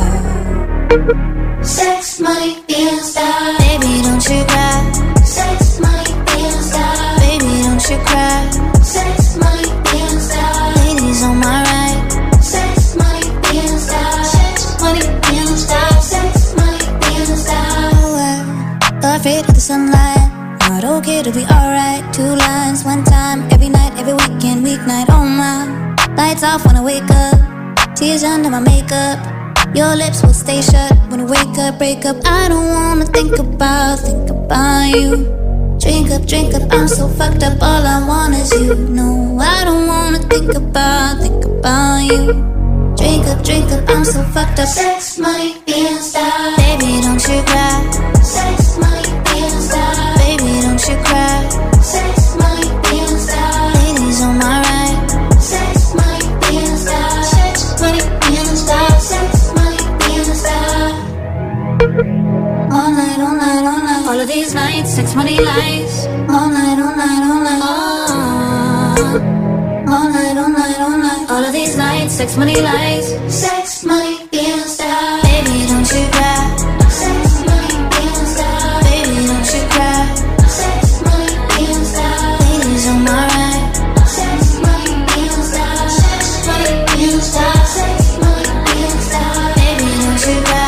out. Sex, money, being style. Baby, don't you cry. Sex, money, being style. Baby, don't you cry. Sex, money, being style. Ladies on my right. Sex, money, being style. Sex, money, being style. Sex, money, being style. Afraid of the sunlight. Not okay to be alright. 2 lines, 1 time, every night, every weekend, weeknight. Oh my. Lights off when I wake up. Tears under my makeup. Your lips will stay shut when I wake up, break up. I don't wanna think about you. Drink up, I'm so fucked up, all I want is you. No, I don't wanna think about you. Drink up, I'm so fucked up. Sex, money, being style. Baby, don't you cry. Sex, money, being style. Baby, don't you cry. Sex, money, being style. Ladies on my right. Sex, money, being style. Sex, money, being style. Sex, all night, all night, all night. All of these nights, sex, money, lies. All night, all night, all night. All night, all night, all night. All of these nights, sex, money, lies. Sex, money, being style. Baby, don't you cry. Sex, money, being style. Baby, don't you cry. Sex, money, being style. Ladies on my right. Sex, money, being style. Sex, money, being style. Sex, money, being style. Baby, don't you cry.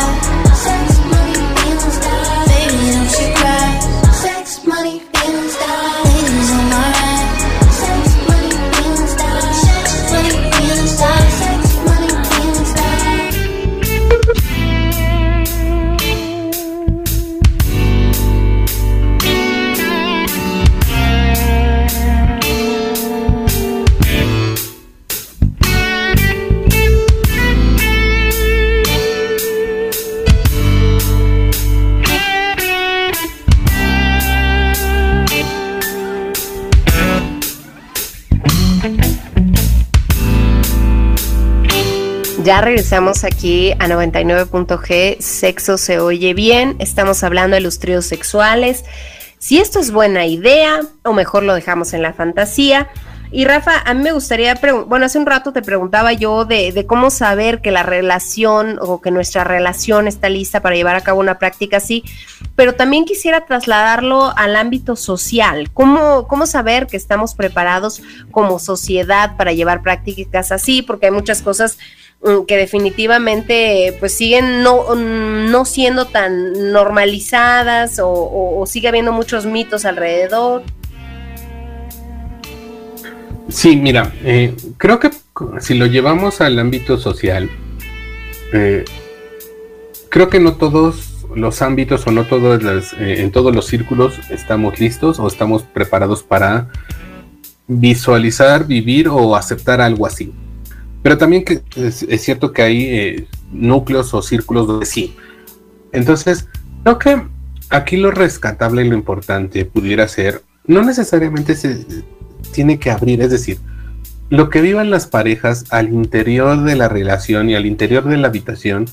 Ya regresamos aquí a 99.g, Sexo se oye bien, estamos hablando de los tríos sexuales, si esto es buena idea o mejor lo dejamos en la fantasía. Y Rafa, a mí me gustaría, hace un rato te preguntaba yo de cómo saber que la relación o que nuestra relación está lista para llevar a cabo una práctica así, pero también quisiera trasladarlo al ámbito social. ¿Cómo saber que estamos preparados como sociedad para llevar prácticas así? Porque hay muchas cosas que definitivamente pues siguen no siendo tan normalizadas o sigue habiendo muchos mitos alrededor. Sí, mira, creo que si lo llevamos al ámbito social, creo que no todos los ámbitos o no todos en todos los círculos estamos listos o estamos preparados para visualizar, vivir o aceptar algo así. Pero también que es cierto que hay núcleos o círculos donde sí. Entonces, creo que aquí lo rescatable y lo importante pudiera ser, no necesariamente se tiene que abrir, es decir, lo que vivan las parejas al interior de la relación y al interior de la habitación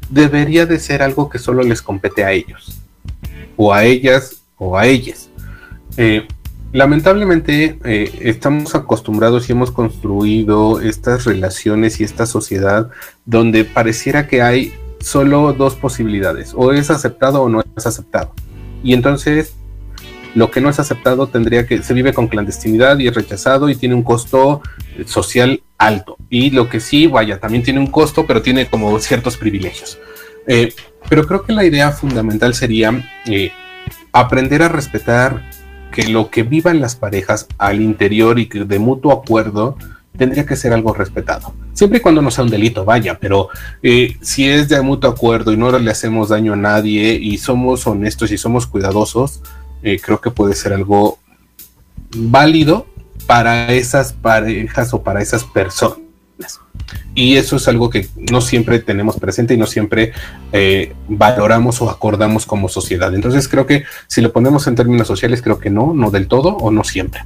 debería de ser algo que solo les compete a ellos, o a ellas, o a ellas. Lamentablemente estamos acostumbrados y hemos construido estas relaciones y esta sociedad donde pareciera que hay solo dos posibilidades, o es aceptado o no es aceptado, y entonces lo que no es aceptado se vive con clandestinidad y es rechazado y tiene un costo social alto, y lo que sí, vaya, también tiene un costo, pero tiene como ciertos privilegios. Pero creo que la idea fundamental sería aprender a respetar que lo que vivan las parejas al interior y que de mutuo acuerdo tendría que ser algo respetado, siempre y cuando no sea un delito, vaya, pero si es de mutuo acuerdo y no le hacemos daño a nadie y somos honestos y somos cuidadosos, creo que puede ser algo válido para esas parejas o para esas personas. Y eso es algo que no siempre tenemos presente y no siempre valoramos o acordamos como sociedad. Entonces creo que si lo ponemos en términos sociales, creo que no del todo o no siempre.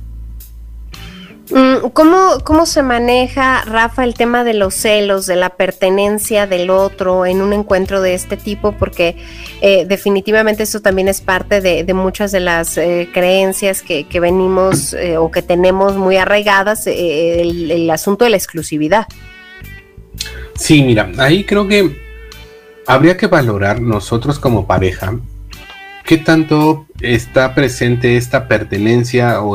¿Cómo se maneja, Rafa, el tema de los celos, de la pertenencia del otro en un encuentro de este tipo? Porque definitivamente eso también es parte de muchas de las creencias que venimos o que tenemos muy arraigadas, el asunto de la exclusividad. Sí, mira, ahí creo que habría que valorar nosotros como pareja qué tanto está presente esta pertenencia o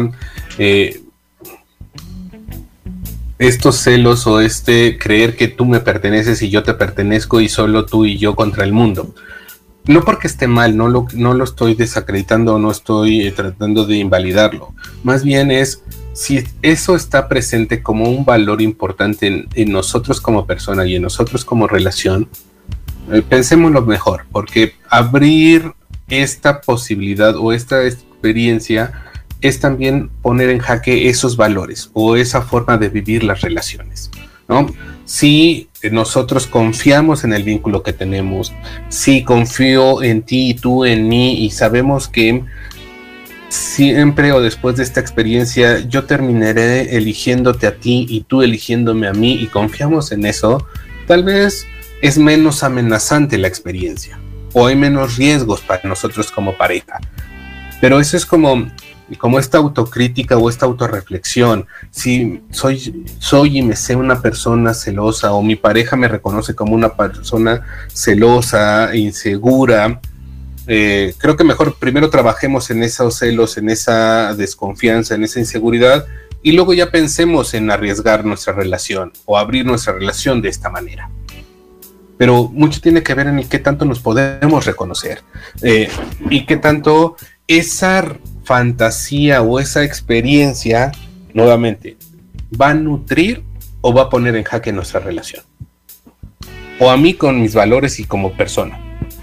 estos celos o creer que tú me perteneces y yo te pertenezco y solo tú y yo contra el mundo. No porque esté mal, no lo estoy desacreditando, no estoy tratando de invalidarlo. Más bien es si eso está presente como un valor importante en nosotros como persona y en nosotros como relación, pensémoslo mejor, porque abrir esta posibilidad o esta experiencia es también poner en jaque esos valores o esa forma de vivir las relaciones, ¿no? Si nosotros confiamos en el vínculo que tenemos, si confío en ti y tú en mí y sabemos que siempre o después de esta experiencia yo terminaré eligiéndote a ti y tú eligiéndome a mí y confiamos en eso, tal vez es menos amenazante la experiencia o hay menos riesgos para nosotros como pareja. Pero eso es como esta autocrítica o esta autorreflexión. Si soy y me sé una persona celosa o mi pareja me reconoce como una persona celosa, insegura, creo que mejor primero trabajemos en esos celos, en esa desconfianza, en esa inseguridad y luego ya pensemos en arriesgar nuestra relación o abrir nuestra relación de esta manera. Pero mucho tiene que ver en qué tanto nos podemos reconocer y qué tanto esa fantasía o esa experiencia nuevamente va a nutrir o va a poner en jaque nuestra relación o a mí con mis valores y como persona.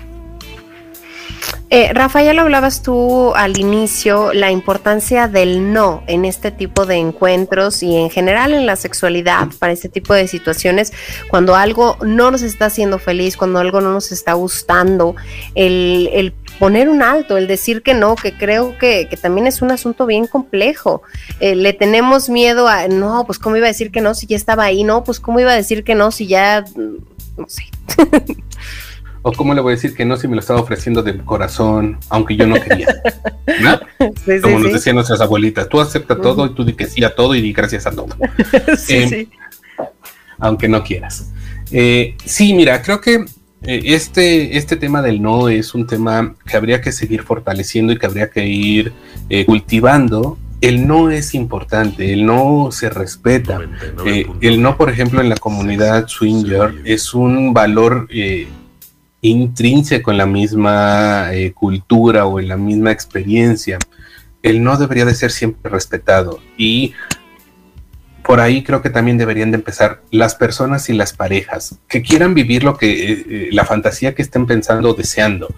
Rafa, ya lo hablabas tú al inicio, la importancia del no en este tipo de encuentros y en general en la sexualidad para este tipo de situaciones, cuando algo no nos está haciendo feliz, cuando algo no nos está gustando, el poner un alto, el decir que no, que creo que también es un asunto bien complejo. Le tenemos miedo a, no, pues cómo iba a decir que no si ya estaba ahí, no, pues cómo iba a decir que no si ya, no sé. O cómo le voy a decir que no si me lo estaba ofreciendo de corazón, aunque yo no quería, ¿no? Sí, como nos decían nuestras abuelitas, tú acepta todo y tú di que sí a todo y di gracias a todo. Sí. Aunque no quieras. Sí, mira, creo que este tema del no es un tema que habría que seguir fortaleciendo y que habría que ir cultivando. El no es importante, el no se respeta. El no, por ejemplo, en la comunidad swinger es un valor intrínseco en la misma cultura o en la misma experiencia. El no debería de ser siempre respetado y por ahí creo que también deberían de empezar las personas y las parejas que quieran vivir lo que la fantasía que estén pensando o deseando.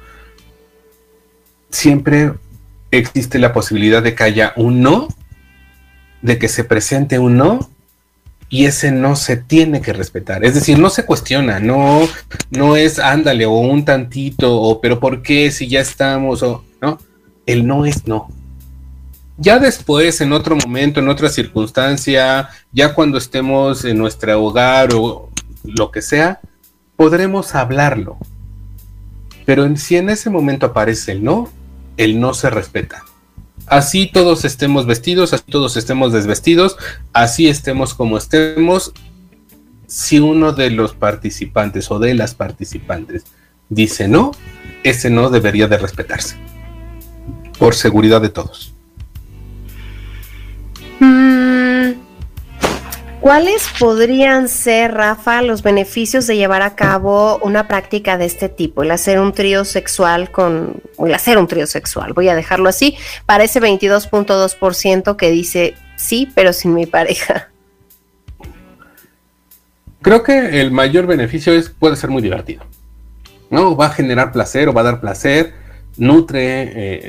Siempre existe la posibilidad de que haya un no, de que se presente un no, y ese no se tiene que respetar. Es decir, no se cuestiona, no es ándale o un tantito o pero ¿por qué si ya estamos? O no, el no es no. Ya después, en otro momento, en otra circunstancia, ya cuando estemos en nuestro hogar o lo que sea, podremos hablarlo. Pero si en ese momento aparece el no se respeta. así todos estemos vestidos, así todos estemos desvestidos, así estemos como estemos, si uno de los participantes o de las participantes dice no, ese no debería de respetarse, por seguridad de todos. ¿Cuáles podrían ser, Rafa, los beneficios de llevar a cabo una práctica de este tipo? El hacer un trío sexual voy a dejarlo así, para ese 22.2% que dice sí, pero sin mi pareja. Creo que el mayor beneficio puede ser muy divertido, ¿no? Va a generar placer o va a dar placer, nutre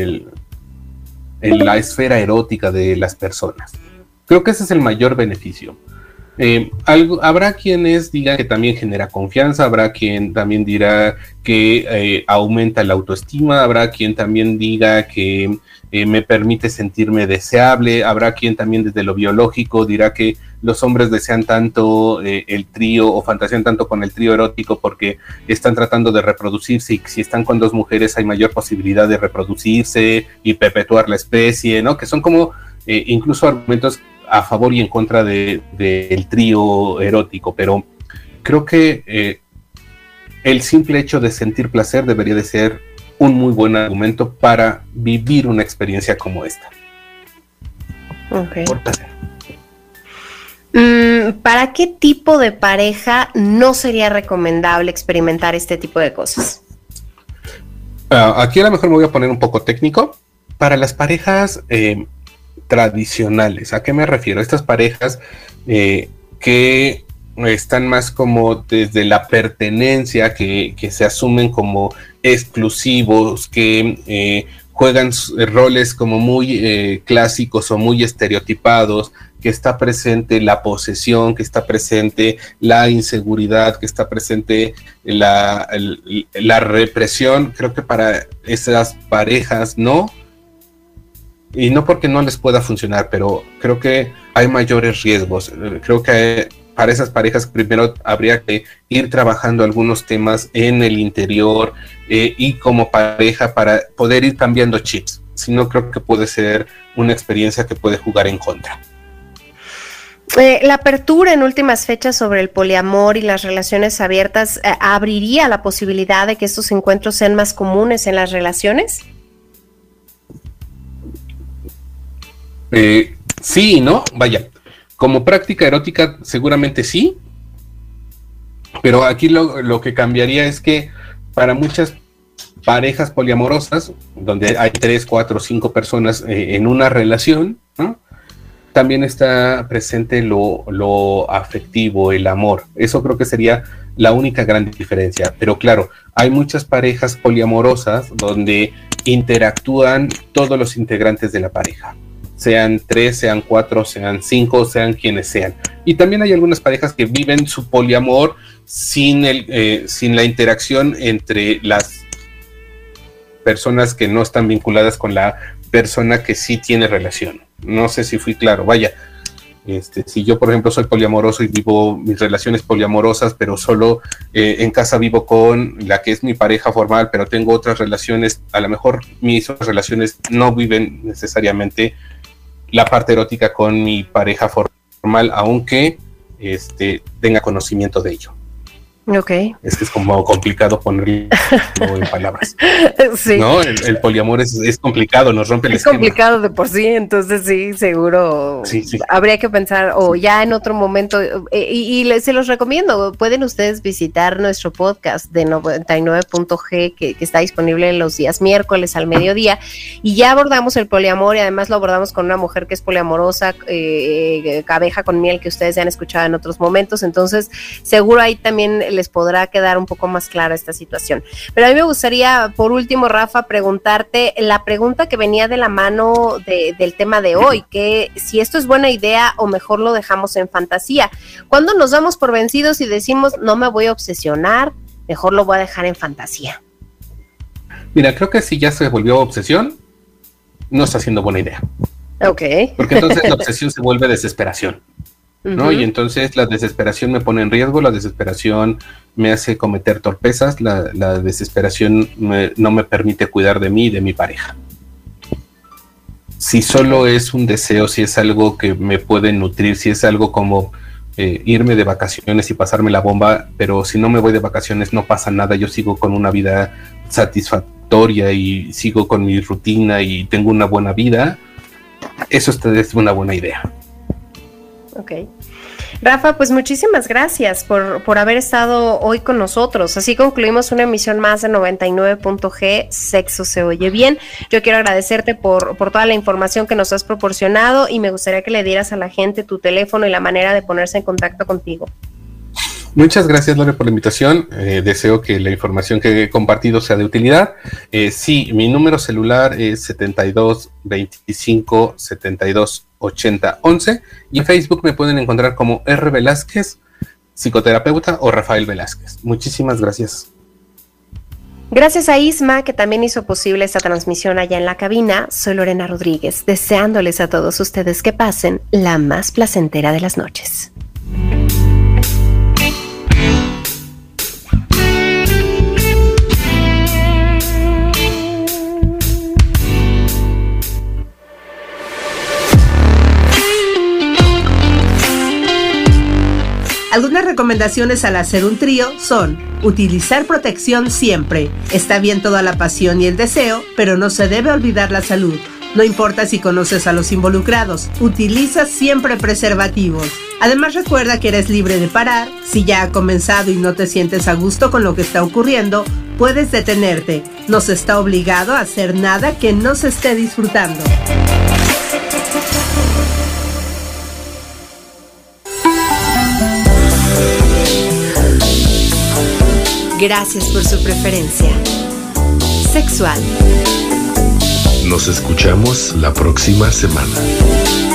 la esfera erótica de las personas. Creo que ese es el mayor beneficio. Habrá quienes digan que también genera confianza, habrá quien también dirá que aumenta la autoestima, habrá quien también diga que me permite sentirme deseable, habrá quien también desde lo biológico dirá que los hombres desean tanto el trío o fantasean tanto con el trío erótico porque están tratando de reproducirse, y si están con dos mujeres hay mayor posibilidad de reproducirse y perpetuar la especie, ¿no? Que son como incluso argumentos a favor y en contra del trío erótico, pero creo que el simple hecho de sentir placer debería de ser un muy buen argumento para vivir una experiencia como esta. Okay. Por placer. ¿Para qué tipo de pareja no sería recomendable experimentar este tipo de cosas? Aquí a lo mejor me voy a poner un poco técnico. Para las parejas tradicionales, ¿a qué me refiero? Estas parejas que están más como desde la pertenencia, que se asumen como exclusivos, que juegan roles como muy clásicos o muy estereotipados, que está presente la posesión, que está presente la inseguridad, que está presente la represión. Creo que para esas parejas no. Y no porque no les pueda funcionar, pero creo que hay mayores riesgos. Creo que para esas parejas primero habría que ir trabajando algunos temas en el interior y como pareja para poder ir cambiando chips. Si no, creo que puede ser una experiencia que puede jugar en contra. La apertura en últimas fechas sobre el poliamor y las relaciones abiertas abriría la posibilidad de que estos encuentros sean más comunes en las relaciones. Sí, ¿no? Vaya, como práctica erótica seguramente sí, pero aquí lo que cambiaría es que para muchas parejas poliamorosas, donde hay 3, 4, 5 personas en una relación, ¿no? También está presente lo afectivo, el amor. Eso creo que sería la única gran diferencia. Pero claro, hay muchas parejas poliamorosas donde interactúan todos los integrantes de la pareja. Sean 3, sean 4, sean 5, sean quienes sean. Y también hay algunas parejas que viven su poliamor sin la interacción entre las personas que no están vinculadas con la persona que sí tiene relación. No sé si fui claro. Vaya, si yo por ejemplo soy poliamoroso y vivo mis relaciones poliamorosas, pero solo en casa vivo con la que es mi pareja formal, pero tengo otras relaciones, a lo mejor mis otras relaciones no viven necesariamente la parte erótica con mi pareja formal, aunque tenga conocimiento de ello. Ok. Es que es como complicado ponerlo en palabras. Sí. ¿No? El poliamor es complicado, nos rompe el esquema. Es complicado de por sí, entonces sí, seguro sí. Habría que pensar, o ya en otro momento, se los recomiendo, pueden ustedes visitar nuestro podcast de 99.g que está disponible los días miércoles al mediodía, y ya abordamos el poliamor, y además lo abordamos con una mujer que es poliamorosa, Abeja con Miel, que ustedes ya han escuchado en otros momentos, entonces seguro ahí también les podrá quedar un poco más clara esta situación. Pero a mí me gustaría, por último, Rafa, preguntarte la pregunta que venía de la mano del tema de hoy, que si esto es buena idea o mejor lo dejamos en fantasía. ¿Cuándo nos damos por vencidos y decimos no me voy a obsesionar, mejor lo voy a dejar en fantasía? Mira, creo que si ya se volvió obsesión, no está siendo buena idea. Ok. Porque entonces la obsesión se vuelve desesperación, ¿no? Uh-huh. Y entonces la desesperación me pone en riesgo, la desesperación me hace cometer torpezas, la desesperación no me permite cuidar de mí y de mi pareja. si solo es un deseo, si es algo que me puede nutrir, si es algo como irme de vacaciones y pasarme la bomba, pero si no me voy de vacaciones no pasa nada, yo sigo con una vida satisfactoria y sigo con mi rutina y tengo una buena vida, eso es una buena idea. Ok. Rafa, pues muchísimas gracias por haber estado hoy con nosotros. Así concluimos una emisión más de 99.g, Sexo se oye bien. Yo quiero agradecerte por toda la información que nos has proporcionado y me gustaría que le dieras a la gente tu teléfono y la manera de ponerse en contacto contigo. Muchas gracias, Lore, por la invitación. Deseo que la información que he compartido sea de utilidad. Sí, mi número celular es 72 25 72 80 11 y en Facebook me pueden encontrar como R. Velázquez, psicoterapeuta, o Rafael Velázquez. Muchísimas gracias. Gracias a Isma, que también hizo posible esta transmisión allá en la cabina. Soy Lorena Rodríguez, deseándoles a todos ustedes que pasen la más placentera de las noches. Algunas recomendaciones al hacer un trío son: utilizar protección siempre. Está bien toda la pasión y el deseo, pero no se debe olvidar la salud. No importa si conoces a los involucrados, utiliza siempre preservativos. Además, recuerda que eres libre de parar. Si ya ha comenzado y no te sientes a gusto con lo que está ocurriendo, puedes detenerte. No se está obligado a hacer nada que no se esté disfrutando. Gracias por su preferencia sexual. Nos escuchamos la próxima semana.